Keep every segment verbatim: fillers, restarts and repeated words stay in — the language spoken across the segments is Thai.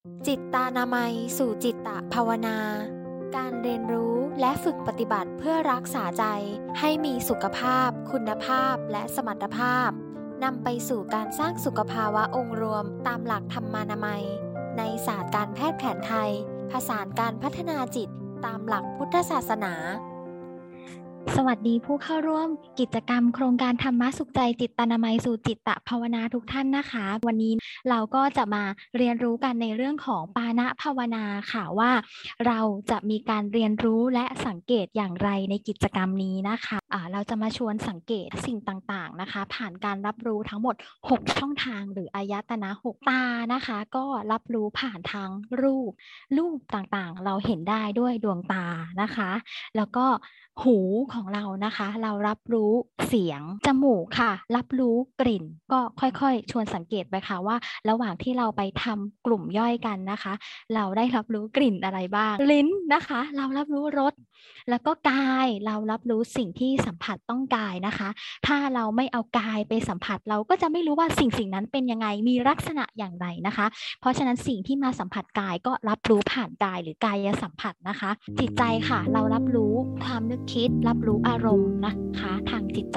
จิตตานามัยสู่จิตตภาวนาการเรียนรู้และฝึกปฏิบัติเพื่อรักษาใจให้มีสุขภาพคุณภาพและสมรรถภาพนำไปสู่การสร้างสุขภาวะองค์รวมตามหลักธรรมานามัยในศาสตร์การแพทย์แผนไทยผสานการพัฒนาจิตตามหลักพุทธศาสนาสวัสดีผู้เข้าร่วมกิจกรรมโครงการธรรมะสุขใจจิตตนามัยสู่จิตตภาวนาทุกท่านนะคะวันนี้เราก็จะมาเรียนรู้กันในเรื่องของปานะภาวนาค่ะว่าเราจะมีการเรียนรู้และสังเกตอย่างไรในกิจกรรมนี้นะคะะเราจะมาชวนสังเกตสิ่งต่างๆนะคะผ่านการรับรู้ทั้งหมดหกช่องทางหรืออายตนะหกตานะคะก็รับรู้ผ่านทางรูปรูปต่างๆเราเห็นได้ด้วยดวงตานะคะแล้วก็หูของเรานะคะเรารับรู้เสียงจมูกค่ะรับรู้กลิ่นก็ค่อยๆชวนสังเกตไปค่ะว่าระหว่างที่เราไปทำกลุ่มย่อยกันนะคะเราได้รับรู้กลิ่นอะไรบ้างลิ้นนะคะเรารับรู้รสแล้วก็กายเรารับรู้สิ่งที่สัมผัสต้องกายนะคะถ้าเราไม่เอากายไปสัมผัสเราก็จะไม่รู้ว่าสิ่งสิ่งนั้นเป็นยังไงมีลักษณะอย่างไรนะคะเพราะฉะนั้นสิ่งที่มาสัมผัสกายก็รับรู้ผ่านกายหรือกายสัมผัสนะคะจิตใจค่ะเรารับรู้ความนึกคิดรับรู้อารมณ์นะคะทางจิตใจ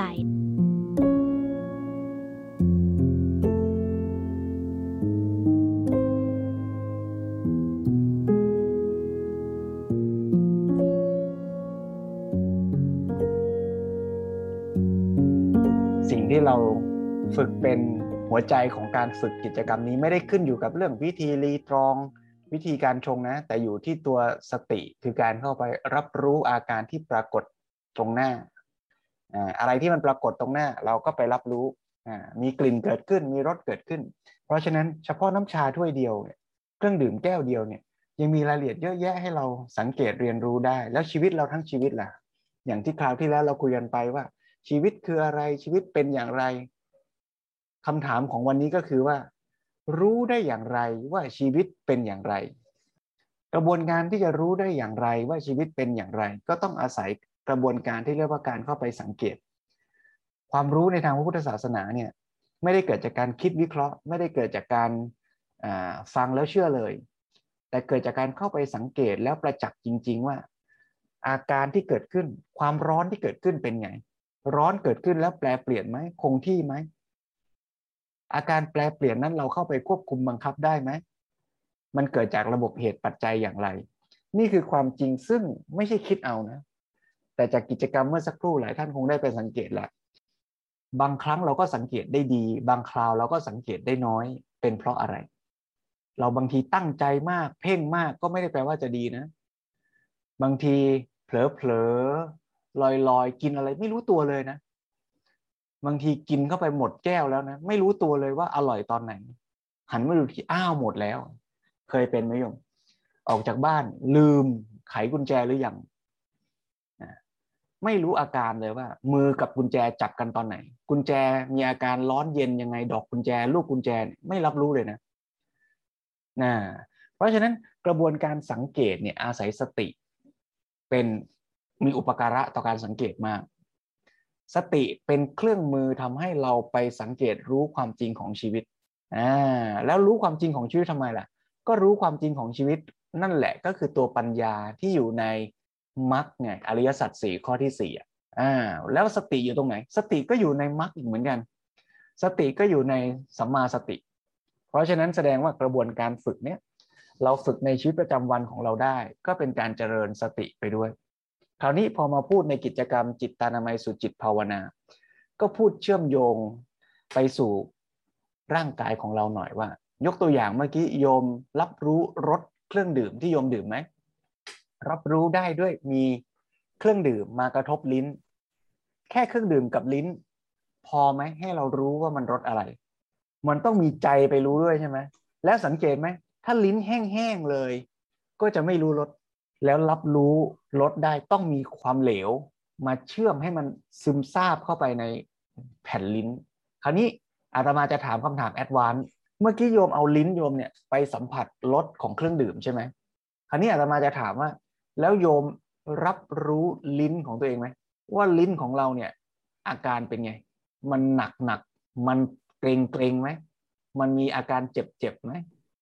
สิ่งที่เราฝึกเป็นหัวใจของการฝึกกิจกรรมนี้ไม่ได้ขึ้นอยู่กับเรื่องวิธีรีตรองวิธีการชงนะแต่อยู่ที่ตัวสติคือการเข้าไปรับรู้อาการที่ปรากฏตรงหน้าอะไรที่มันปรากฏตรงหน้าเราก็ไปรับรู้มีกลิ่นเกิดขึ้นมีรสเกิดขึ้นเพราะฉะนั้นเฉพาะน้ำชาถ้วยเดียวเนี่ยเครื่องดื่มแก้วเดียวเนี่ยยังมีรายละเอียดเยอะแยะให้เราสังเกตเรียนรู้ได้แล้วชีวิตเราทั้งชีวิตล่ะอย่างที่คราวที่แล้วเราคุยกันไปว่าชีวิตคืออะไรชีวิตเป็นอย่างไรคำถามของวันนี้ก็คือว่ารู้ได้อย่างไรว่าชีวิตเป็นอย่างไรกระบวนการที่จะรู้ได้อย่างไรว่าชีวิตเป็นอย่างไรก็ต้องอาศัยกระบวนการที่เรียกว่าการเข้าไปสังเกตความรู้ในทางพระพุทธศาสนาเนี่ยไม่ได้เกิดจากการคิดวิเคราะห์ไม่ได้เกิดจากการฟังแล้วเชื่อเลยแต่เกิดจากการเข้าไปสังเกตแล้วประจักษ์จริงๆว่าอาการที่เกิดขึ้นความร้อนที่เกิดขึ้นเป็นไงร้อนเกิดขึ้นแล้วแปลเปลี่ยนไหมคงที่ไหมอาการแปลเปลี่ยนนั้นเราเข้าไปควบคุมบังคับได้ไหมมันเกิดจากระบบเหตุปัจจัยอย่างไรนี่คือความจริงซึ่งไม่ใช่คิดเอานะแต่จากกิจกรรมเมื่อสักครู่หลายท่านคงได้ไปสังเกตแล้วบางครั้งเราก็สังเกตได้ดีบางคราวเราก็สังเกตได้น้อยเป็นเพราะอะไรเราบางทีตั้งใจมากเพ่งมากก็ไม่ได้แปลว่าจะดีนะบางทีเผลอๆลอยๆกินอะไรไม่รู้ตัวเลยนะบางทีกินเข้าไปหมดแก้วแล้วนะไม่รู้ตัวเลยว่าอร่อยตอนไหนหันมาดูที่อ้าวหมดแล้วเคยเป็นไหมโยมออกจากบ้านลืมไขกุญแจหรือยังไม่รู้อาการเลยว่ามือกับกุญแจจับกันตอนไหนกุญแจมีอาการร้อนเย็นยังไงดอกกุญแจลูกกุญแจไม่รับรู้เลยนะนะเพราะฉะนั้นกระบวนการสังเกตเนี่ยอาศัยสติเป็นมีอุปการะต่อการสังเกตมากสติเป็นเครื่องมือทำให้เราไปสังเกตรู้ความจริงของชีวิตอ่าแล้วรู้ความจริงของชีวิตทำไมล่ะก็รู้ความจริงของชีวิตนั่นแหละก็คือตัวปัญญาที่อยู่ในมรรคไงอริยสัจสี่ข้อที่สี่อ่าแล้วสติอยู่ตรงไหนสติก็อยู่ในมรรคอีกเหมือนกันสติก็อยู่ในสัมมาสติเพราะฉะนั้นแสดงว่ากระบวนการฝึกเนี้ยเราฝึกในชีวิตประจำวันของเราได้ก็เป็นการเจริญสติไปด้วยคราวนี้พอมาพูดในกิจกรรมจิตตานามัยสู่จิตภาวนาก็พูดเชื่อมโยงไปสู่ร่างกายของเราหน่อยว่ายกตัวอย่างเมื่อกี้โยมรับรู้รสเครื่องดื่มที่โยมดื่มไหมรับรู้ได้ด้วยมีเครื่องดื่มมากระทบลิ้นแค่เครื่องดื่มกับลิ้นพอไหมให้เรารู้ว่ามันรสอะไรมันต้องมีใจไปรู้ด้วยใช่ไหมแล้วสังเกตไหมถ้าลิ้นแห้งๆเลยก็จะไม่รู้รสแล้วรับรู้รสได้ต้องมีความเหลวมาเชื่อมให้มันซึมซาบเข้าไปในแผ่นลิ้นคราวนี้อาตมาจะถามคำถามแอดวานซ์เมื่อกี้โยมเอาลิ้นโยมเนี่ยไปสัมผัสรสของเครื่องดื่มใช่ไหมคราวนี้อาตมาจะถามว่าแล้วโยมรับรู้ลิ้นของตัวเองไหมว่าลิ้นของเราเนี่ยอาการเป็นไงมันหนักหนักมันเกรงเกรงไหมมันมีอาการเจ็บเจ็บไหม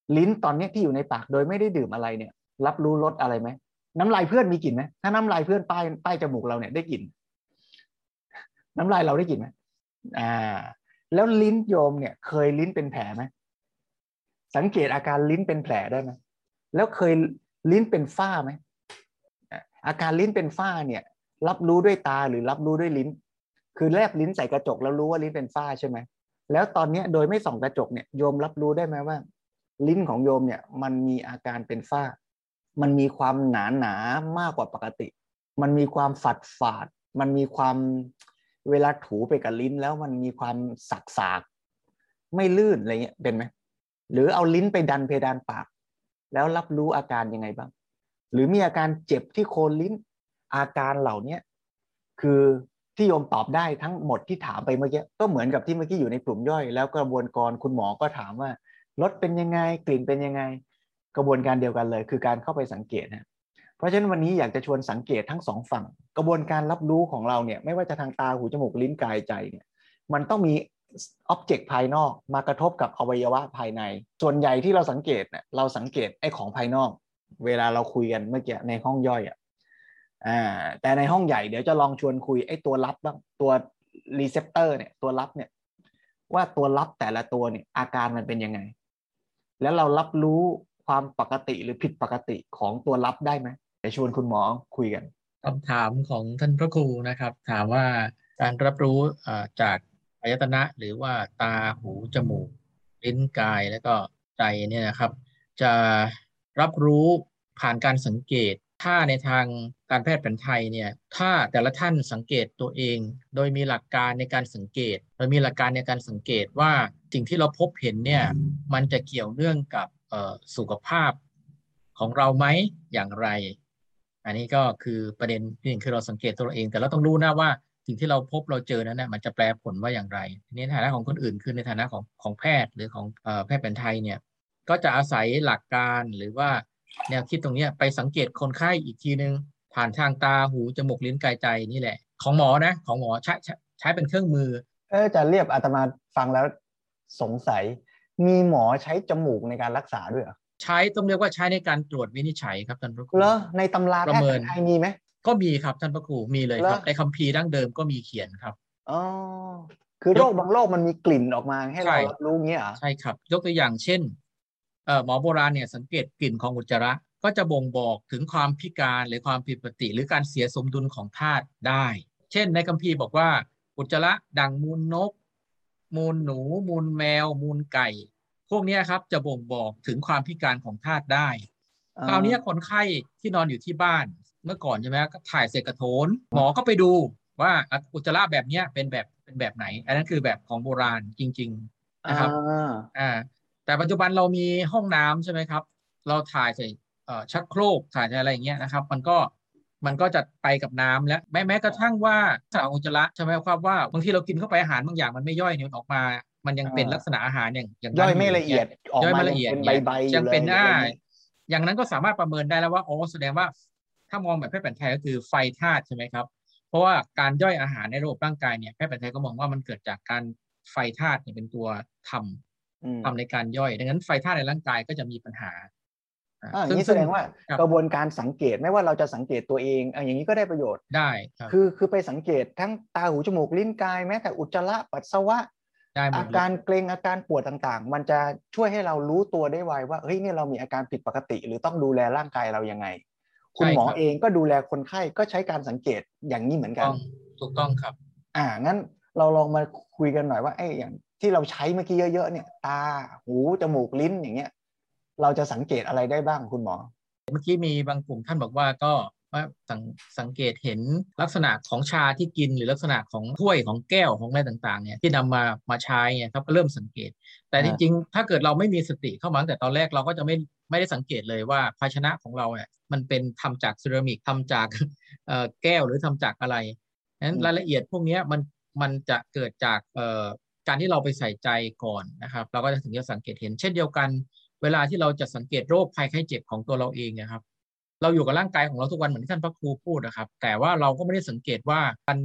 ลิ้นตอนนี้ที่อยู่ในปากโดยไม่ได้ดื่มอะไรเนี่ยรับรู้รสอะไรไหมน้ำลายเพื่อนมีกลิ่นไหมถ้าน้ำลายเพื่อนป้ายป้ายจมูกเราเนี่ยได้กลิ่นน้ำลายเราได้กลิ่นไหมอ่าแล้วลิ้นโยมเนี่ยเคยลิ้นเป็นแผลไหมสังเกตอาการลิ้นเป็นแผลได้ไหมแล้วเคยลิ้นเป็นฝ้าไหมอาการลิ้นเป็นฝ้าเนี่ยรับรู้ด้วยตาหรือรับรู้ด้วยลิ้นคือแลบลิ้นใส่กระจกแล้วรู้ว่าลิ้นเป็นฝ้าใช่ไหมแล้วตอนนี้โดยไม่ส่องกระจกเนี่ยโยมรับรู้ได้ไหมว่าลิ้นของโยมเนี่ยมันมีอาการเป็นฝ้ามันมีความหนาหนามากกว่าปกติมันมีความฝาดฝาดมันมีความเวลาถูไปกับลิ้นแล้วมันมีความสักสากไม่ลื่นอะไรเงี้ยเป็นไหมหรือเอาลิ้นไปดันเพดานปากแล้วรับรู้อาการยังไงบ้างหรือมีอาการเจ็บที่โคนลิ้นอาการเหล่านี้คือที่โยมตอบได้ทั้งหมดที่ถามไปเมื่อกี้ก็เหมือนกับที่เมื่อกี้อยู่ในกลุ่มย่อยแล้วกระบวนการคุณหมอก็ถามว่ารสเป็นยังไงกลิ่นเป็นยังไงกระบวนการเดียวกันเลยคือการเข้าไปสังเกตนะเพราะฉะนั้นวันนี้อยากจะชวนสังเกตทั้งสองฝั่งกระบวนการรับรู้ของเราเนี่ยไม่ว่าจะทางตาหูจมูกลิ้นกายใจเนี่ยมันต้องมีอ็อบเจกต์ภายนอกมากระทบกับอวัยวะภายในส่วนใหญ่ที่เราสังเกตเนี่ยเราสังเกตไอ้ของภายนอกเวลาเราคุยกันเมื่อกี้ในห้องย่อยอ่ะอ่าแต่ในห้องใหญ่เดี๋ยวจะลองชวนคุยไอ้ตัวรับบ้างตัวรีเซพเตอร์เนี่ยตัวรับเนี่ยว่าตัวรับแต่ละตัวเนี่ยอาการมันเป็นยังไงแล้วเรารับรู้ความปกติหรือผิดปกติของตัวรับได้ไหมเดี๋ยวชวนคุณหมอคุยกันคำถามของท่านพระครูนะครับถามว่าการรับรู้จากอายตนะหรือว่าตาหูจมูกลิ้นกายแล้วก็ใจเนี่ยนะครับจะรับรู้ผ่านการสังเกตถ้าในทางการแพทย์แผนไทยเนี่ยถ้าแต่ละท่านสังเกตตัวเองโดยมีหลักการในการสังเกตโดยมีหลักการในการสังเกตว่าสิ่งที่เราพบเห็นเนี่ยมันจะเกี่ยวเนื่องกับสุขภาพของเราไหมอย่างไรอันนี้ก็คือประเด็นที่หนึ่งคือเราสังเกตตัวเราเองแต่เราต้องรู้นะว่าสิ่งที่เราพบเราเจอนั้นนะมันจะแปลผลว่าอย่างไรในฐานะของคนอื่นคือในฐานะของของแพทย์หรือของเอ่อแพทย์แผนไทยเนี่ยก็จะอาศัยหลักการหรือว่าแนวคิดตรงนี้ไปสังเกตคนไข้อีกทีนึงผ่านทางตาหูจมูกลิ้นกายใจนี่แหละของหมอนะของหมอใช้ใช้เป็นเครื่องมือเออจะเรียบอาตมาฟังแล้วสงสัยมีหมอใช้จมูกในการรักษาด้วยเหรอใช้ต้องเรียกว่าใช้ในการตรวจวินิจฉัยครับท่านพระครูเหรอในตำราแพทย์แผนไทยมีไหมก็มีครับท่านพระครูมีเลยครับในคัมภีร์ดั้งเดิมก็มีเขียนครับอ๋อคือโรคบางโรคมันมีกลิ่นออกมาให้เรารับรู้เงี้ยเหรอใช่ครับยกตัวอย่างเช่นเอ่อหมอโบราณเนี่ยสังเกตกลิ่นของอุจจาระก็จะบ่งบอกถึงความพิการหรือความผิดปกติหรือการเสียสมดุลของธาตุได้เช่นในคัมภีร์บอกว่าอุจจาระดั่งมูลนกมูลหนูมูลแมวมูลไก่พวกนี้ครับจะบ่งบอกถึงความพิการของธาตุได้คราวนี้คนไข้ที่นอนอยู่ที่บ้านเมื่อก่อนใช่ไหมก็ถ่ายเศษกระโถนหมอก็ไปดูว่าอุจจาระแบบนี้เป็นแบบเป็นแบบไหนอันนั้นคือแบบของโบราณจริงๆนะครับอ่าแต่ปัจจุบันเรามีห้องน้ำใช่ไหมครับเราถ่ายใส่ชักโครกถ่ายอะไรอย่างเงี้ยนะครับมันก็มันก็จะไปกับน้ำและแม้แม้กระทั่งว่าสารอุจจาระใช่ไหมครับว่าบางทีเรากินเข้าไปอาหารบางอย่างมันไม่ย่อยเนี่ยออกมามันยังเป็นลักษณะอาหารอย่างอย่างย่อยไม่ละเอียดออกมาเป็นใบๆยังเป็นอ่าอย่างนั้นก็สามารถประเมินได้แล้วว่าอ๋อแสดงว่าถ้ามองแบบแพทย์แผนไทยก็คือไฟธาตุใช่ไหมครับเพราะว่าการย่อยอาหารในระบบร่างกายเนี่ยแพทย์แผนไทยก็มองว่ามันเกิดจากการไฟธาตุเนี่ยเป็นตัวทำทำในการย่อยดังนั้นไฟธาตุในร่างกายก็จะมีปัญหาอ่าอย่างนี้แสดงว่ากระบวนการสังเกตไม่ว่าเราจะสังเกตตัวเองอย่างนี้ก็ได้ประโยชน์ได้คือคือไปสังเกตทั้งตาหูจมูกลิ้นกายแม้แต่อุจจาระปัสสาวะอาการเกร็งอาการปวดต่างๆมันจะช่วยให้เรารู้ตัวได้ไวว่าเฮ้ยเนี่ยเรามีอาการผิดปกติหรือต้องดูแลร่างกายเรายังไงคุณหมอเองก็ดูแลคนไข้ก็ใช้การสังเกตอย่างนี้เหมือนกันถูกต้องครับอ่างั้นเราลองมาคุยกันหน่อยว่าไอ้อย่างที่เราใช้เมื่อกี้เยอะๆเนี่ยตาหูจมูกลิ้นอย่างเงี้ยเราจะสังเกตอะไรได้บ้างคุณหมอเมื่อกี้มีบางกลุ่มท่านบอกว่าก็ว่าสังสังเกตเห็นลักษณะของชาที่กินหรือลักษณะของถ้วยของแก้วของอะไรต่างๆเนี่ยที่นำมามาใช้เนี่ยครับก็เริ่มสังเกตแต่จริงๆถ้าเกิดเราไม่มีสติเข้ามาตั้งแต่ตอนแรกเราก็จะไม่ไม่ได้สังเกตเลยว่าภาชนะของเราเนี่ยมันเป็นทำจากเซรามิกทำจากเอ่อแก้วหรือทำจากอะไรนั้นรายละเอียดพวกนี้มันมันจะเกิดจากเอ่อการที่เราไปใส่ใจก่อนนะครับเราก็จะถึงจะสังเกตเห็นเช่นเดียวกันเวลาที่เราจะสังเกตโรคภัยไข้เจ็บของตัวเราเองนะครับเราอยู่กับร่างกายของเราทุกวันเหมือนที่ท่านพระครูพูดนะครับแต่ว่าเราก็ไม่ได้สังเกตว่าวันนี้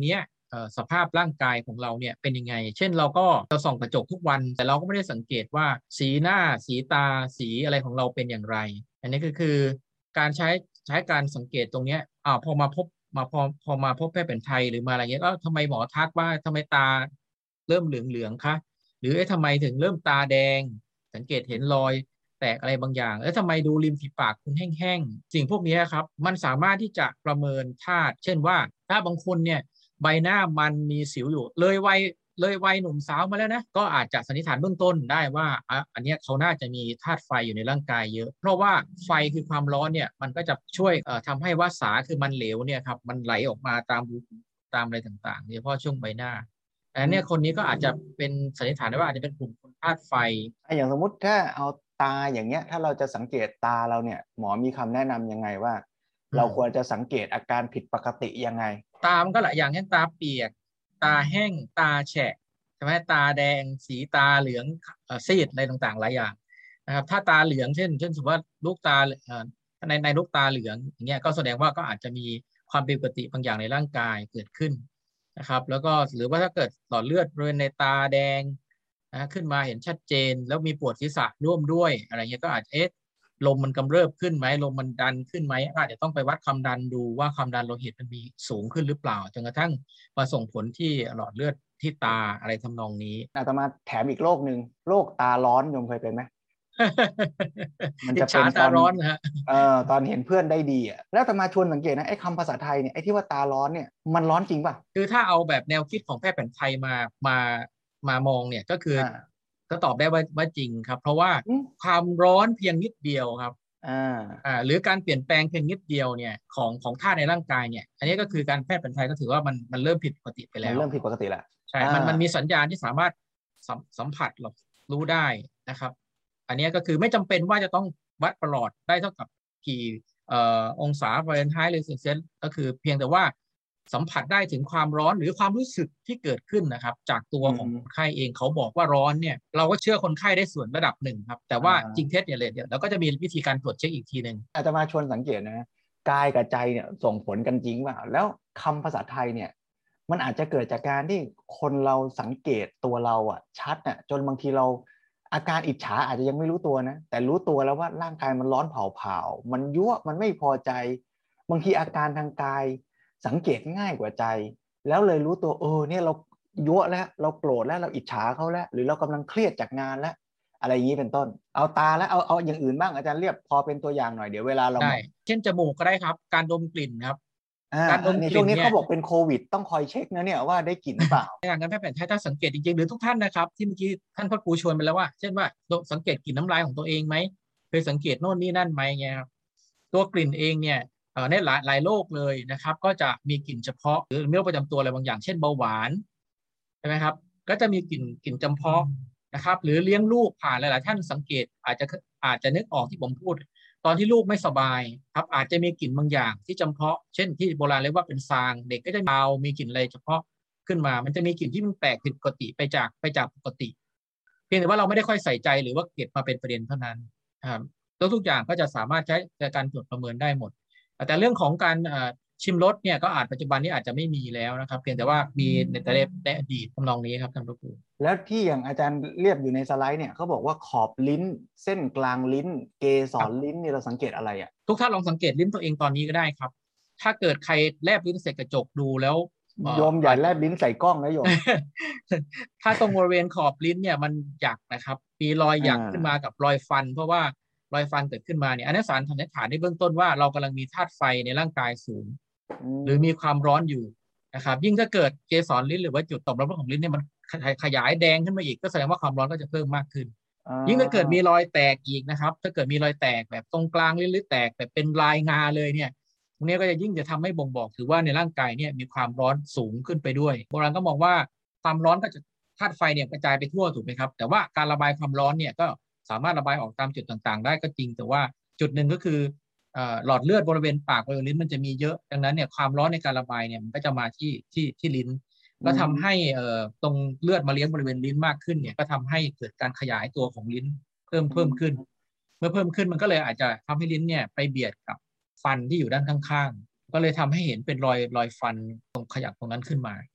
สภาพร่างกายของเราเนี่ยเป็นยังไงเช่นเราก็เราส่องกระจกทุกวันแต่เราก็ไม่ได้สังเกตว่าสีหน้าสีตาสีอะไรของเราเป็นอย่างไรอันนี้ก็คือการใช้ใช้การสังเกตตรงนี้อ่าพอมาพบมาพอพอมาพบแพทย์แผนไทยหรือมาอะไรเงี้ยก็ทำไมหมอทักว่าทำไมตาเริ่มเหลืองเหลืองคะหรือเอ๊ะทำไมถึงเริ่มตาแดงสังเกตเห็นรอยแตกอะไรบางอย่างแล้วทำไมดูริมฝีปากคุณแห้งๆสิ่งพวกนี้ครับมันสามารถที่จะประเมินธาตุเช่นว่าถ้าบางคนเนี่ยใบหน้ามันมีสิวอยู่เลยวัยเลยวัยหนุ่มสาวมาแล้วนะก็อาจจะสันนิษฐานเบื้องต้นได้ว่าอ่ะอันนี้เขาน่าจะมีธาตุไฟอยู่ในร่างกายเยอะเพราะว่าไฟคือความร้อนเนี่ยมันก็จะช่วยเอ่อทำให้วาสาคือมันเหลวเนี่ยครับมันไหลออกมาตามรูตามอะไรต่างๆโดยเฉพาะช่วงใบหน้าอันนี้คนนี้ก็อาจจะเป็นสันนิษฐานได้ว่าอาจจะเป็นกลุ่มคนธาตุไฟอย่างสมมุติถ้าเอาตาอย่างเงี้ยถ้าเราจะสังเกตตาเราเนี่ยหมอมีคำแนะนำยังไงว่าเราควรจะสังเกตอาการผิดปกติยังไงตามันก็หลายอย่างเช่นตาเปียกตาแห้งตาแฉะใช่ไหมตาแดงสีตาเหลืองซีดอะไรต่างๆหลายอย่างนะครับถ้าตาเหลืองเช่นเช่นสมมติว่าลูกตาในในลูกตาเหลืองอย่างเงี้ยก็แสดงว่าก็อาจจะมีความผิดปกติบางอย่างในร่างกายเกิดขึ้นนะครับแล้วก็หรือว่าถ้าเกิดหลอดเลือดบริเวณในตาแดงนะขึ้นมาเห็นชัดเจนแล้วมีปวดศีรษะร่วมด้วยอะไรเงี้ยก็อาจจะเอ๊ะลมมันกำเริบขึ้นไหมลมมันดันขึ้นไหมอาจจะต้องไปวัดความดันดูว่าความดันโลหิตมันมีสูงขึ้นหรือเปล่าจนกระทั่งมาส่งผลที่หลอดเลือดที่ตาอะไรทำนองนี้อาตมาแถมอีกโรคหนึ่งโรคตาร้อนโยมเคยเป็นไหมมันจะเป็นตาร้อนนะฮะเอ่อตอนเห็นเพื่อนได้ดีอ่ะแล้วอาตมาชวนสังเกตนะไอ้คำภาษาไทยเนี่ยไอ้ที่ว่าตาร้อนเนี่ยมันร้อนจริงป่ะคือถ้าเอาแบบแนวคิดของแพทย์แผนไทยมามามามองเนี่ยก็คือก็ตอบได้ว่าว่าจริงครับเพราะว่าความร้อนเพียงนิดเดียวครับอ่าอ่าหรือการเปลี่ยนแปลงเพียงนิดเดียวเนี่ยของของธาตุในร่างกายเนี่ยอันนี้ก็คือการแพทย์แผนไทยก็ถือว่ามันมันเริ่มผิดปกติไปแล้วมันเริ่มผิดปกติแล้วใช่มันมันมีสัญญาณที่สามารถสัมสัมผัสหรอรู้ได้นะครับอันนี้ก็คือไม่จำเป็นว่าจะต้องวัดประหลอดได้เท่ากับกี่เอ่อองศาฟาเรนไฮต์หรือเซลเซียสก็คือเพียงแต่ว่าสัมผัสได้ถึงความร้อนหรือความรู้สึกที่เกิดขึ้นนะครับจากตัวของคนไข้เองเขาบอกว่าร้อนเนี่ยเราก็เชื่อคนไข้ได้ส่วนระดับหนึ่งครับแต่ว่าจริงเท็จเนี่ยเลยเดี๋ยวเราก็จะมีวิธีการตรวจเช็คอีกทีหนึ่งอาจจะมาชวนสังเกตนะกายกับใจเนี่ยส่งผลกันจริงเปล่าแล้วคำภาษาไทยเนี่ยมันอาจจะเกิดจากการที่คนเราสังเกตตัวเราอ่ะชัดอ่ะจนบางทีเราอาการอิจฉาอาจจะยังไม่รู้ตัวนะแต่รู้ตัวแล้วว่าร่างกายมันร้อนเผาๆมันยั่วมันไม่พอใจบางทีอาการทางกายสังเกตง่ายกว่าใจแล้วเลยรู้ตัวเออเนี่ยเรายั่วแล้วเราโกรธแล้วเราอิจฉาเขาแล้วหรือเรากำลังเครียดจากงานแล้วอะไรอย่างนี้เป็นต้นเอาตาแล้วเอาเอาอย่างอื่นบ้างอาจารย์เรียบพอเป็นตัวอย่างหน่อยเดี๋ยวเวลาเราได้เช่นจมูกก็ได้ครับการดมกลิ่นครับการดมกลิ่นในช่วงนี้เขาบอกเป็นโควิดต้องคอยเช็คนะเนี่ยว่าได้กลิ่นหรือเปล่าในทางการแพทย์แผนไทยถ้าสังเกตจริงๆหรือทุกท่านนะครับที่เมื่อกี้ท่านพระครูชวนไปแล้วว่าเช่นว่าสังเกตกลิ่นน้ำลายของตัวเองไหมเคยสังเกตโน่นนี่นั่นไหมเงี้ยครับตัวกลิ่นเองเนี่ยในหลายหลายโรคเลยนะครับก็จะมีกลิ่นเฉพาะหรือมีโรคประจำตัวอะไรบางอย่างเช่นเบาหวานใช่ไหมครับก็จะมีกลิ่นกลิ่นจำเพาะนะครับหรือเลี้ยงลูกผ่านหลายๆท่านสังเกตอาจจะอาจจะนึกออกที่ผมพูดตอนที่ลูกไม่สบายครับอาจจะมีกลิ่นบางอย่างที่จำเพาะเช่นที่โบราณเรียกว่าเป็นซางเด็กก็จะเมามีกลิ่นอะไรเฉพาะขึ้นมามันจะมีกลิ่นที่มันแปลกผิดปกติไปจากไปจากปกติเพียงแต่ว่าเราไม่ได้ค่อยใส่ใจหรือว่าเก็บมาเป็นประเด็นเท่านั้นครับแล้วทุกอย่างก็จะสามารถใช้การตรวจประเมินได้หมดแต่เรื่องของการชิมรสเนี่ยก็อาจปัจจุบันนี้อาจจะไม่มีแล้วนะครับเพียงแต่ว่ามีในแต่ในอดีตทำนองนี้ครับท่านผู้ชมแล้วที่อย่างอาจารย์เรียบอยู่ในสไลด์เนี่ยเขาบอกว่าขอบลิ้นเส้นกลางลิ้นเกสรลิ้นนี่เราสังเกตอะไรอ่ะทุกท่านลองสังเกตลิ้นตัวเองตอนนี้ก็ได้ครับถ้าเกิดใครแลบลิ้นใส่กระจกดูแล้วโยมอย่าแลบลิ้นใส่กล้องนะโยมถ้าตรงบริเวณขอบลิ้นเนี่ยมันหยักนะครับมีรอยหยักขึ้นมากับรอยฟันเพราะว่ารอยฟันเกิดขึ้นมาเนี่ยอันนี้สารสันนิษฐานในเบื้องต้นว่าเรากำลังมีธาตุไฟในร่างกายสูงหรือมีความร้อนอยู่นะครับยิ่งถ้าเกิดเกสรลิ้นหรือว่าจุดต่อมรับรสของลิ้นเนี่ยมันขยายแดงขึ้นมาอีกก็แสดงว่าความร้อนก็จะเพิ่มมากขึ้นยิ่งถ้าเกิดมีรอยแตกอีกนะครับถ้าเกิดมีรอยแตกแบบตรงกลางลิ้นหรือแตกแบบเป็นลายงาเลยเนี่ยตรงนี้ก็จะยิ่งจะทำให้บ่งบอกถือว่าในร่างกายเนี่ยมีความร้อนสูงขึ้นไปด้วยโบราณก็มองว่าความร้อนก็จะธาตุไฟเนี่ยกระจายไปทั่วถูกไหมครับแต่ว่าการระบายความร้อนเนี่ยก็สามารถระบายออกตามจุดต่างๆได้ก็จริงแต่ว่าจุดหนึ่งก็คือหลอดเลือดบริเวณปากบริเวณลิ้นมันจะมีเยอะดังนั้นเนี่ยความร้อนในการระบายเนี่ยมันก็จะมาที่ที่ที่ลิ้นก็ทำให้ตรงเลือดมาเลี้ยงบริเวณลิ้นมากขึ้นเนี่ยก็ทำให้เกิดการขยายตัวของลิ้นเพิ่มเพิ่มขึ้นเมื่อเพิ่มขึ้นมันก็เลยอาจจะทำให้ลิ้นเนี่ยไปเบียดกับฟันที่อยู่ด้านข้างๆก็เลยทำให้เห็นเป็นรอยรอยฟันตรงขยับตรงนั้นขึ้นมา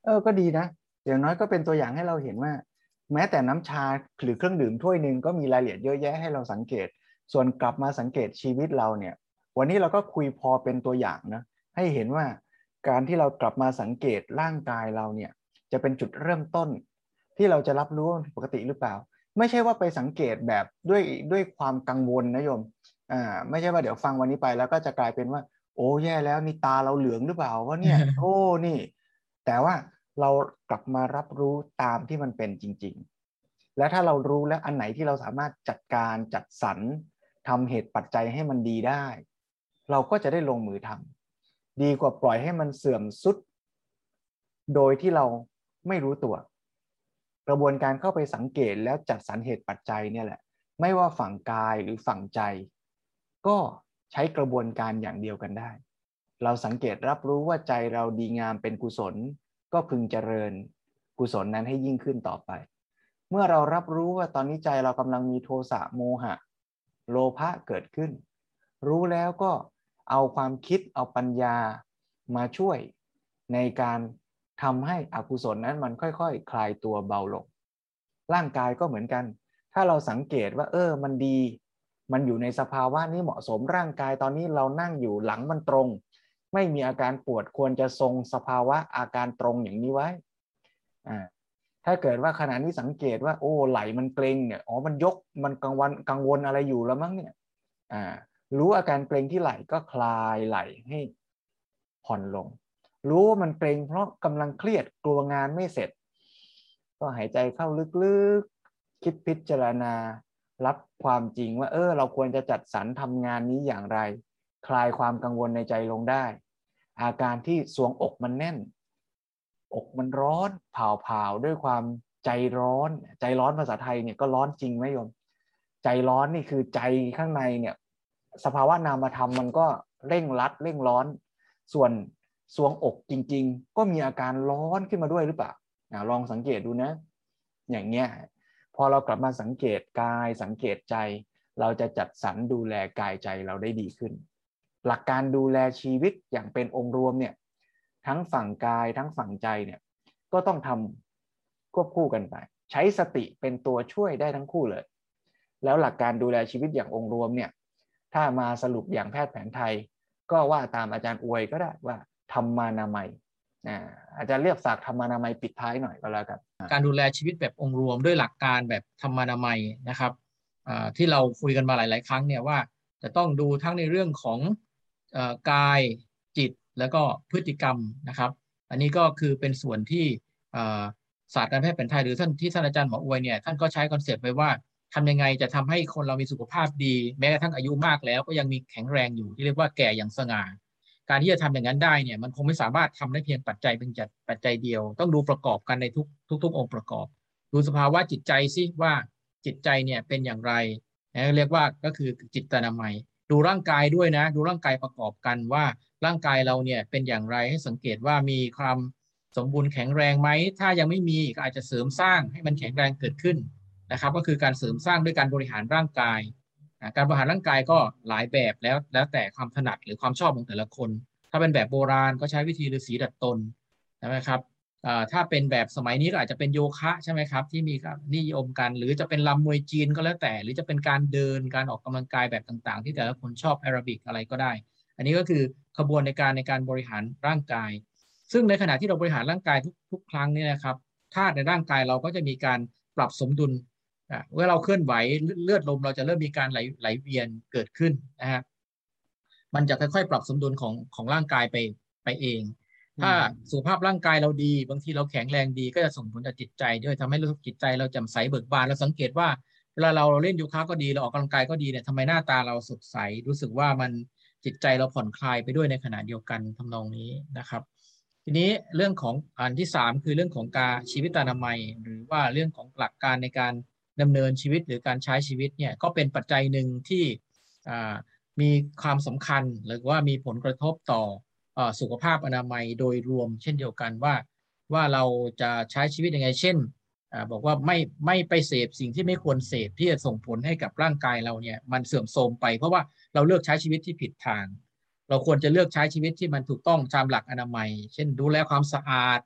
เออก็ดีนะอย่างน้อยก็เป็นตัวอย่างให้เราเห็นว่าแม้แต่น้ำชาหรือเครื่องดื่มถ้วยหนึ่งก็มีรายละเอียดเยอะแยะให้เราสังเกตส่วนกลับมาสังเกตชีวิตเราเนี่ยวันนี้เราก็คุยพอเป็นตัวอย่างนะให้เห็นว่าการที่เรากลับมาสังเกตร่างกายเราเนี่ยจะเป็นจุดเริ่มต้นที่เราจะรับรู้ว่าปกติหรือเปล่าไม่ใช่ว่าไปสังเกตแบบด้วยด้วยความกังวลนะโยมอ่าไม่ใช่ว่าเดี๋ยวฟังวันนี้ไปแล้วก็จะกลายเป็นว่าโอ้แย่แล้วนี่ตาเราเหลืองหรือเปล่าว่าเนี่ย โอ้นี่แต่ว่าเรากลับมารับรู้ตามที่มันเป็นจริงๆและถ้าเรารู้แล้วอันไหนที่เราสามารถจัดการจัดสรรทำเหตุปัจจัยให้มันดีได้เราก็จะได้ลงมือทำดีกว่าปล่อยให้มันเสื่อมทรุดโดยที่เราไม่รู้ตัวกระบวนการเข้าไปสังเกตแล้วจัดสรรเหตุปัจจัยเนี่ยแหละไม่ว่าฝั่งกายหรือฝั่งใจก็ใช้กระบวนการอย่างเดียวกันได้เราสังเกตรับรู้ว่าใจเราดีงามเป็นกุศลก็พึงเจริญกุศลนั้นให้ยิ่งขึ้นต่อไปเมื่อเรารับรู้ว่าตอนนี้ใจเรากำลังมีโทสะโมหะโลภะเกิดขึ้นรู้แล้วก็เอาความคิดเอาปัญญามาช่วยในการทำให้อกุศลนั้นมันค่อยๆ ค, คลายตัวเบาลงร่างกายก็เหมือนกันถ้าเราสังเกตว่าเออมันดีมันอยู่ในสภาวะนี้เหมาะสมร่างกายตอนนี้เรานั่งอยู่หลังมันตรงไม่มีอาการปวดควรจะทรงสภาวะอาการตรงอย่างนี้ไว้อ่าถ้าเกิดว่าขณะนี้สังเกตว่าโอ้ไหล่มันเกร็งเนี่ยอ๋อมันยกมันกังวลกังวลอะไรอยู่แล้วมั้งเนี่ยอ่ารู้อาการเกร็งที่ไหล่ก็คลายไหล่ให้ผ่อนลงรู้ว่ามันเกร็งเพราะกำลังเครียดกลัวงานไม่เสร็จก็หายใจเข้าลึกๆคิดพิจารณารับความจริงว่าเออเราควรจะจัดสรรทำงานนี้อย่างไรคลายความกังวลในใจลงได้อาการที่ทรวงอกมันแน่นอกมันร้อนเผาๆด้วยความใจร้อนใจร้อนภาษาไทยเนี่ยก็ร้อนจริงไหมโยมใจร้อนนี่คือใจข้างในเนี่ยสภาวะนามธรรมมันก็เร่งรัดเร่งร้อนส่วนทรวงอกจริงๆก็มีอาการร้อนขึ้นมาด้วยหรือเปล่าลองสังเกตดูนะอย่างเงี้ยพอเรากลับมาสังเกตกายสังเกตใจเราจะจัดสรรดูแลกายใจเราได้ดีขึ้นหลักการดูแลชีวิตอย่างเป็นองค์รวมเนี่ยทั้งฝั่งกายทั้งฝั่งใจเนี่ยก็ต้องทำควบคู่กันไปใช้สติเป็นตัวช่วยได้ทั้งคู่เลยแล้วหลักการดูแลชีวิตอย่างองค์รวมเนี่ยถ้ามาสรุปอย่างแพทย์แผนไทยก็ว่าตามอาจารย์อวยก็ได้ว่าธรรมานามัยอาจารย์เรียกฝากธรรมานามัยปิดท้ายหน่อยก็แล้วกันการดูแลชีวิตแบบองค์รวมด้วยหลักการแบบธรรมานามัยนะครับที่เราคุยกันมาหลายๆครั้งเนี่ยว่าจะต้องดูทั้งในเรื่องของกายจิตแล้วก็พฤติกรรมนะครับอันนี้ก็คือเป็นส่วนที่ศาสตร์การแพทย์แผนไทยหรือท่านที่ท่านอาจารย์หมออวยเนี่ยท่านก็ใช้คอนเซปต์ไว้ว่าทำยังไงจะทำให้คนเรามีสุขภาพดีแม้กระทั่งอายุมากแล้วก็ยังมีแข็งแรงอยู่ที่เรียกว่าแก่อย่างสง่าการที่จะทำอย่างนั้นได้เนี่ยมันคงไม่สามารถทำได้เพียงปัจจัยเป็นจัดปัจจัยเดียวต้องดูประกอบกันในทุกทุกๆองค์ประกอบดูสภาวะจิตใจซิว่าจิตใจเนี่ยเป็นอย่างไรเรียกว่าก็คือจิตนามัยดูร่างกายด้วยนะดูร่างกายประกอบกันว่าร่างกายเราเนี่ยเป็นอย่างไรให้สังเกตว่ามีความสมบูรณ์แข็งแรงไหมถ้ายังไม่มีก็อาจจะเสริมสร้างให้มันแข็งแรงเกิดขึ้นนะครับก็คือการเสริมสร้างด้วยการบริหารร่างกายการบริหารร่างกายก็หลายแบบแล้วแล้วแต่ความถนัดหรือความชอบของแต่ละคนถ้าเป็นแบบโบราณก็ใช้วิธีฤาษีดัดตนใช่ไหมครับถ้าเป็นแบบสมัยนี้ก็อาจจะเป็นโยคะใช่ไหมครับที่มีนิยมกันหรือจะเป็นลำมวยจีนก็แล้วแต่หรือจะเป็นการเดินการออกกำลังกายแบบต่างๆที่แต่ละคนชอบแอโรบิกอะไรก็ได้อันนี้ก็คือขบวนในการในการบริหารร่างกายซึ่งในขณะที่เราบริหารร่างกายทุกทุกครั้งเนี่ยนะครับธาตุในร่างกายเราก็จะมีการปรับสมดุลเมื่อเราเคลื่อนไหวเลือดลมเราจะเริ่มมีการไหลไหลเวียนเกิดขึ้นนะฮะมันจะค่อยๆปรับสมดุลของของร่างกายไปไปเองถ้าสุขภาพร่างกายเราดีบางทีเราแข็งแรงดีก็จะส่งผลต่อจิตใจด้วยทำให้รู้สึกจิตใจเราแจ่มใสเบิกบานเราสังเกตว่าเวลาเราเล่นโยคะก็ดีเราออกกำลังกายก็ดีเนี่ยทำไมหน้าตาเราสดใสรู้สึกว่ามันจิตใจเราผ่อนคลายไปด้วยในขณะเดียวกันทำนองนี้นะครับทีนี้เรื่องของอันที่สามคือเรื่องของการชีวิตนามัยหรือว่าเรื่องของหลักการในการดำเนินชีวิตหรือการใช้ชีวิตเนี่ยก็เป็นปัจจัยหนึ่งที่มีความสำคัญหรือว่ามีผลกระทบต่อสุขภาพอนามัยโดยรวมเช่นเดียวกันว่าว่าเราจะใช้ชีวิตยังไงเช่นบอกว่าไม่ไม่ไปเสพสิ่งที่ไม่ควรเสพที่จะส่งผลให้กับร่างกายเราเนี่ยมันเสื่อมโทรมไปเพราะว่าเราเลือกใช้ชีวิตที่ผิดทางเราควรจะเลือกใช้ชีวิตที่มันถูกต้องตามหลักอนามัยเช่นดูแลความสะอาด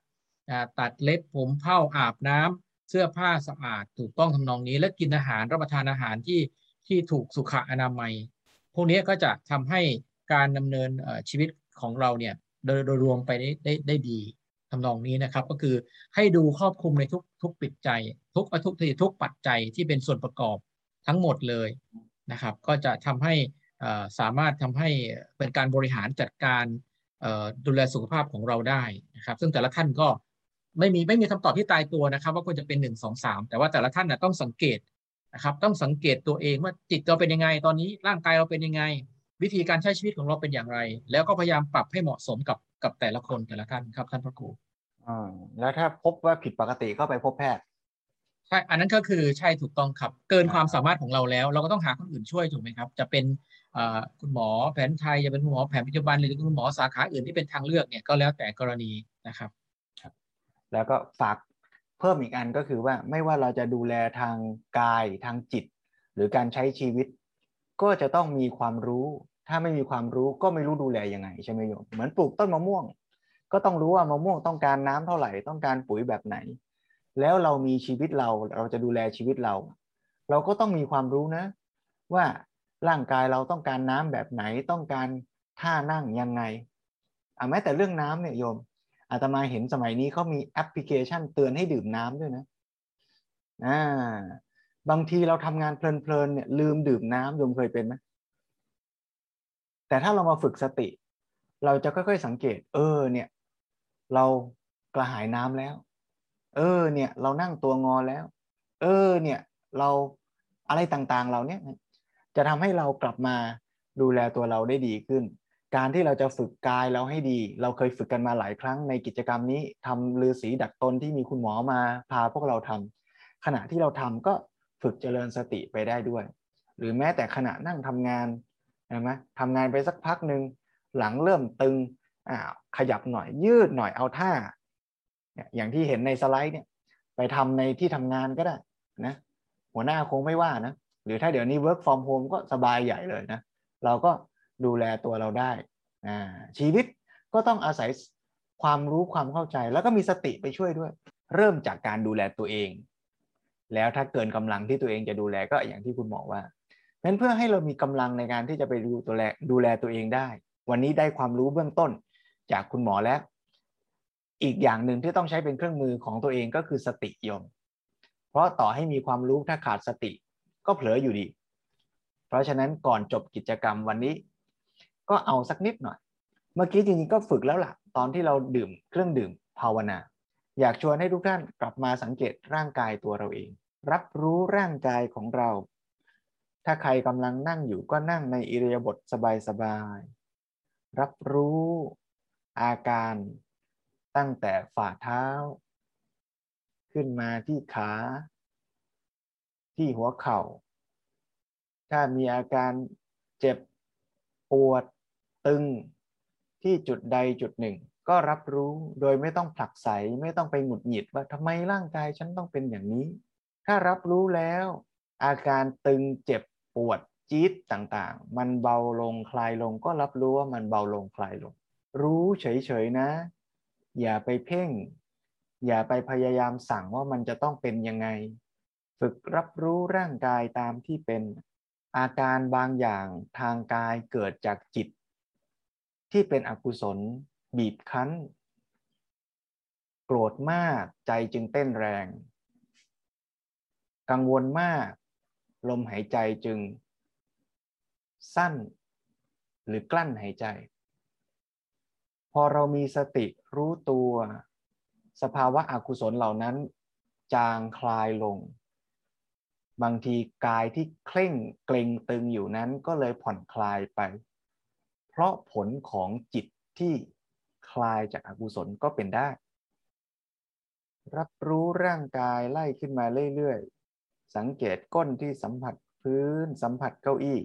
ตัดเล็บผมเผ้าอาบน้ำเสื้อผ้าสะอาดถูกต้องทำนองนี้และกินอาหารรับประทานอาหารที่ที่ถูกสุขอนามัยพวกนี้ก็จะทำให้การดำเนินชีวิตของเราเนี่ยโดยโดยรวมไปได้ได้ได้ดีทำนองนี้นะครับก็คือให้ดูครอบคลุมในทุกทุกปิดใจทุกทุกทุกปัจจัยที่เป็นส่วนประกอบทั้งหมดเลยนะครับก็จะทำให้สามารถทำให้เป็นการบริหารจัดการดูแลสุขภาพของเราได้นะครับซึ่งแต่ละท่านก็ไม่มีไม่มีคำตอบที่ตายตัวนะครับว่าควรจะเป็นหนึ่งสองสามแต่ว่าแต่ละท่านนะต้องสังเกตนะครับต้องสังเกตตัวเองว่าจิตเราเป็นยังไงตอนนี้ร่างกายเราเป็นยังไงวิธีการใช้ชีวิตของเราเป็นอย่างไรแล้วก็พยายามปรับให้เหมาะสมกับกับแต่ละคนแต่ละท่านครับท่านพระครูอ่าแล้วถ้าพบว่าผิดปกติก็ไปพบแพทย์ใช่อันนั้นก็คือใช่ถูกต้องครับเกินความสามารถของเราแล้วเราก็ต้องหาคนอื่นช่วยถูกไหมครับจะเป็นคุณหมอแผนไทยจะเป็นคุณหมอแผนปัจจุบันหรือคุณหมอสาขาอื่นที่เป็นทางเลือกเนี่ยก็แล้วแต่กรณีนะครับแล้วก็ฝากเพิ่มอีกอันก็คือว่าไม่ว่าเราจะดูแลทางกายทางจิตหรือการใช้ชีวิตก็จะต้องมีความรู้ถ้าไม่มีความรู้ก็ไม่รู้ดูแลยังไงใช่ไหมโยมเหมือนปลูกต้นมะม่วงก็ต้องรู้ว่ามะม่วงต้องการน้ำเท่าไหร่ต้องการปุ๋ยแบบไหนแล้วเรามีชีวิตเราเราจะดูแลชีวิตเราเราก็ต้องมีความรู้นะว่าร่างกายเราต้องการน้ำแบบไหนต้องการท่านั่งยังไงอ่ะแม้แต่เรื่องน้ำเนี่ยโยมอาตมาเห็นสมัยนี้เขามีแอปพลิเคชันเตือนให้ดื่มน้ำด้วยนะอ่าบางทีเราทำงานเพลินๆเนี่ยลืมดื่มน้ำโยมเคยเป็นไหมแต่ถ้าเรามาฝึกสติเราจะค่อยๆสังเกตเออเนี่ยเรากระหายน้ำแล้วเออเนี่ยเรานั่งตัวงอแล้วเออเนี่ยเราอะไรต่างๆเราเนี่ยจะทำให้เรากลับมาดูแลตัวเราได้ดีขึ้นการที่เราจะฝึกกายเราให้ดีเราเคยฝึกกันมาหลายครั้งในกิจกรรมนี้ทำฤาษีดัดตนที่มีคุณหมอมาพาพวกเราทำขณะที่เราทำก็ฝึกเจริญสติไปได้ด้วยหรือแม้แต่ขณะนั่งทำงานเห็นไหมทำงานไปสักพักหนึ่งหลังเริ่มตึงอ่าขยับหน่อยยืดหน่อยเอาท่าอย่างที่เห็นในสไลด์เนี่ยไปทำในที่ทำงานก็ได้นะหัวหน้าคงไม่ว่านะหรือถ้าเดี๋ยวนี้ work from home ก็สบายใหญ่เลยนะเราก็ดูแลตัวเราได้อ่าชีวิตก็ต้องอาศัยความรู้ความเข้าใจแล้วก็มีสติไปช่วยด้วยเริ่มจากการดูแลตัวเองแล้วถ้าเกินกำลังที่ตัวเองจะดูแลก็อย่างที่คุณหมอว่างั้นเพื่อให้เรามีกำลังในการที่จะไปดูตัวแลดูแลตัวเองได้วันนี้ได้ความรู้เบื้องต้นจากคุณหมอแล้วอีกอย่างหนึ่งที่ต้องใช้เป็นเครื่องมือของตัวเองก็คือสติโยมเพราะต่อให้มีความรู้ถ้าขาดสติก็เผลออยู่ดีเพราะฉะนั้นก่อนจบกิจกรรมวันนี้ก็เอาสักนิดหน่อยเมื่อกี้จริงๆก็ฝึกแล้วล่ะตอนที่เราดื่มเครื่องดื่มภาวนาอยากชวนให้ทุกท่านกลับมาสังเกตร่างกายตัวเราเองรับรู้ร่างกายของเราถ้าใครกำลังนั่งอยู่ก็นั่งในอิริยาบถสบายๆรับรู้อาการตั้งแต่ฝ่าเท้าขึ้นมาที่ขาที่หัวเข่าถ้ามีอาการเจ็บปวดตึงที่จุดใดจุดหนึ่งก็รับรู้โดยไม่ต้องผลักไสไม่ต้องไปหงุดหงิดว่าทำไมร่างกายฉันต้องเป็นอย่างนี้ถ้ารับรู้แล้วอาการตึงเจ็บปวดจี๊ดต่างๆมันเบาลงคลายลงก็รับรู้ว่ามันเบาลงคลายลงรู้เฉยๆนะอย่าไปเพ่งอย่าไปพยายามสั่งว่ามันจะต้องเป็นยังไงฝึกรับรู้ร่างกายตามที่เป็นอาการบางอย่างทางกายเกิดจากจิตที่เป็นอกุศลบีบคั้นโกรธมากใจจึงเต้นแรงกังวลมากลมหายใจจึงสั้นหรือกลั้นหายใจพอเรามีสติรู้ตัวสภาวะอกุศลเหล่านั้นจางคลายลงบางทีกายที่เคร่งเกร็งตึงอยู่นั้นก็เลยผ่อนคลายไปเพราะผลของจิตที่คลายจากอกุศลก็เป็นได้รับรู้ร่างกายไล่ขึ้นมาเรื่อยๆสังเกตก้นที่สัมผัสพื้นสัมผัสเก้าอี้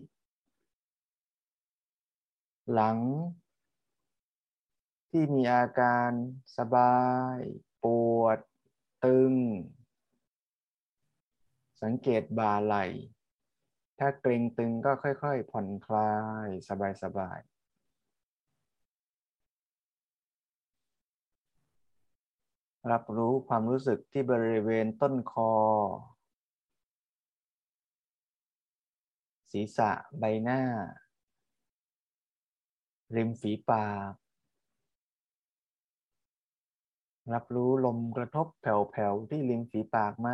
หลังที่มีอาการสบายปวดตึงสังเกตบ่าไหล่ถ้าเกร็งตึงก็ค่อยๆผ่อนคลายสบายๆรับรู้ความรู้สึกที่บริเวณต้นคอศีรษะใบหน้าริมฝีปากรับรู้ลมกระทบแผ่วๆที่ริมฝีปากไหม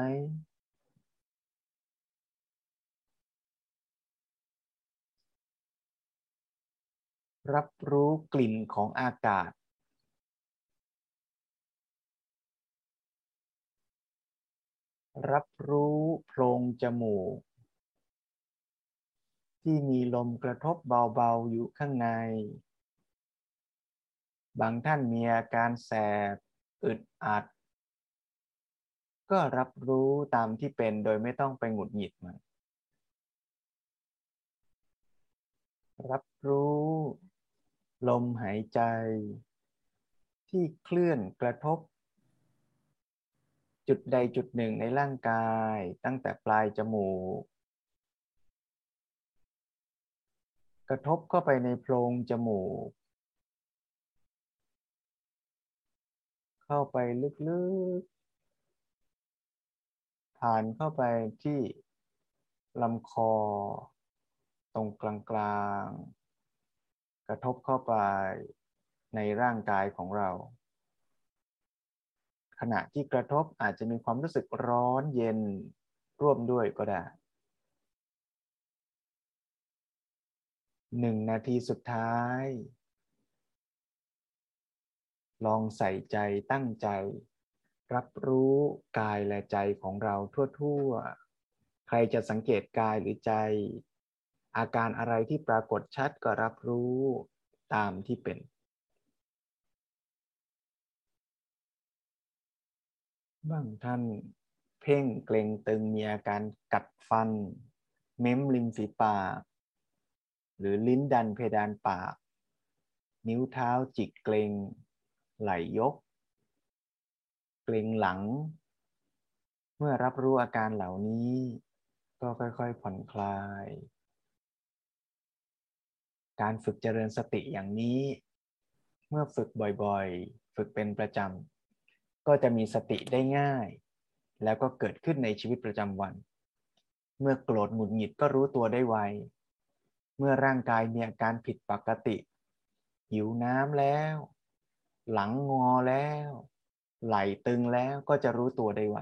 รับรู้กลิ่นของอากาศรับรู้โพรงจมูกที่มีลมกระทบเบาๆอยู่ข้างในบางท่านมีอาการแสบอึดอัดก็รับรู้ตามที่เป็นโดยไม่ต้องไปหงุดหงิดมันรับรู้ลมหายใจที่เคลื่อนกระทบจุดใดจุดหนึ่งในร่างกายตั้งแต่ปลายจมูกกระทบเข้าไปในโพรงจมูกเข้าไปลึกๆผ่านเข้าไปที่ลำคอตรงกลางๆกระทบเข้าไปในร่างกายของเราขณะที่กระทบอาจจะมีความรู้สึกร้อนเย็นร่วมด้วยก็ได้หนึ่งนาทีสุดท้ายลองใส่ใจตั้งใจรับรู้กายและใจของเราทั่วๆใครจะสังเกตกายหรือใจอาการอะไรที่ปรากฏชัดก็รับรู้ตามที่เป็นบางท่านเพ่งเกร็งตึงมีอาการกัดฟันเม้มริมฝีปากหรือลิ้นดันเพดานปากนิ้วเท้าจิกเกร็งไหล่ยกเกร็งหลังเมื่อรับรู้อาการเหล่านี้ก็ค่อยๆผ่อนคลายการฝึกเจริญสติอย่างนี้เมื่อฝึกบ่อยๆฝึกเป็นประจำก็จะมีสติได้ง่ายแล้วก็เกิดขึ้นในชีวิตประจำวันเมื่อโกรธหงุดหงิดก็รู้ตัวได้ไวเมื่อร่างกายมีอาการผิดปกติหิวน้ำแล้วหลังงอแล้วไหล่ตึงแล้วก็จะรู้ตัวได้ไว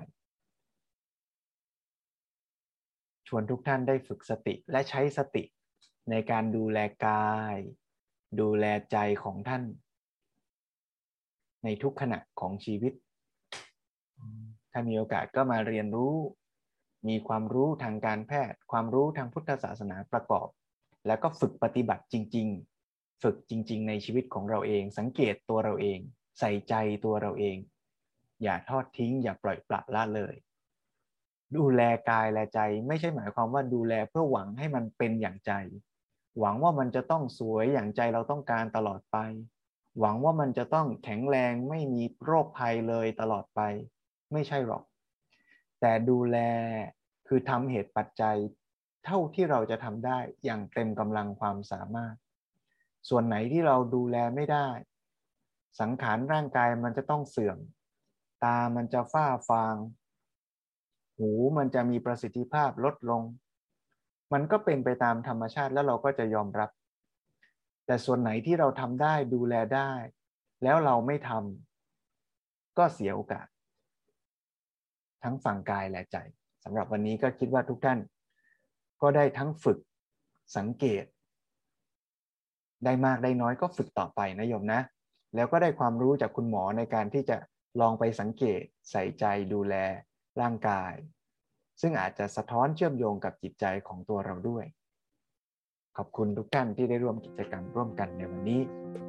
ชวนทุกท่านได้ฝึกสติและใช้สติในการดูแลกายดูแลใจของท่านในทุกขณะของชีวิตถ้ามีโอกาสก็มาเรียนรู้มีความรู้ทางการแพทย์ความรู้ทางพุทธศาสนาประกอบแล้วก็ฝึกปฏิบัติจริงๆฝึกจริงๆในชีวิตของเราเองสังเกตตัวเราเองใส่ใจตัวเราเองอย่าทอดทิ้งอย่าปล่อยปละละเลยดูแลกายและใจไม่ใช่หมายความว่าดูแลเพื่อหวังให้มันเป็นอย่างใจหวังว่ามันจะต้องสวยอย่างใจเราต้องการตลอดไปหวังว่ามันจะต้องแข็งแรงไม่มีโรคภัยเลยตลอดไปไม่ใช่หรอกแต่ดูแลคือทำเหตุปัจจัยเท่าที่เราจะทำได้อย่างเต็มกำลังความสามารถส่วนไหนที่เราดูแลไม่ได้สังขารร่างกายมันจะต้องเสื่อมตามันจะฝ้าฟางหูมันจะมีประสิทธิภาพลดลงมันก็เป็นไปตามธรรมชาติแล้วเราก็จะยอมรับแต่ส่วนไหนที่เราทำได้ดูแลได้แล้วเราไม่ทำก็เสียโอกาสทั้งฝั่งกายและใจสำหรับวันนี้ก็คิดว่าทุกท่านก็ได้ทั้งฝึกสังเกตได้มากได้น้อยก็ฝึกต่อไปนะโยมนะแล้วก็ได้ความรู้จากคุณหมอในการที่จะลองไปสังเกตใส่ใจดูแลร่างกายซึ่งอาจจะสะท้อนเชื่อมโยงกับจิตใจของตัวเราด้วยขอบคุณทุกท่านที่ได้ร่วมกิจกรรมร่วมกันในวันนี้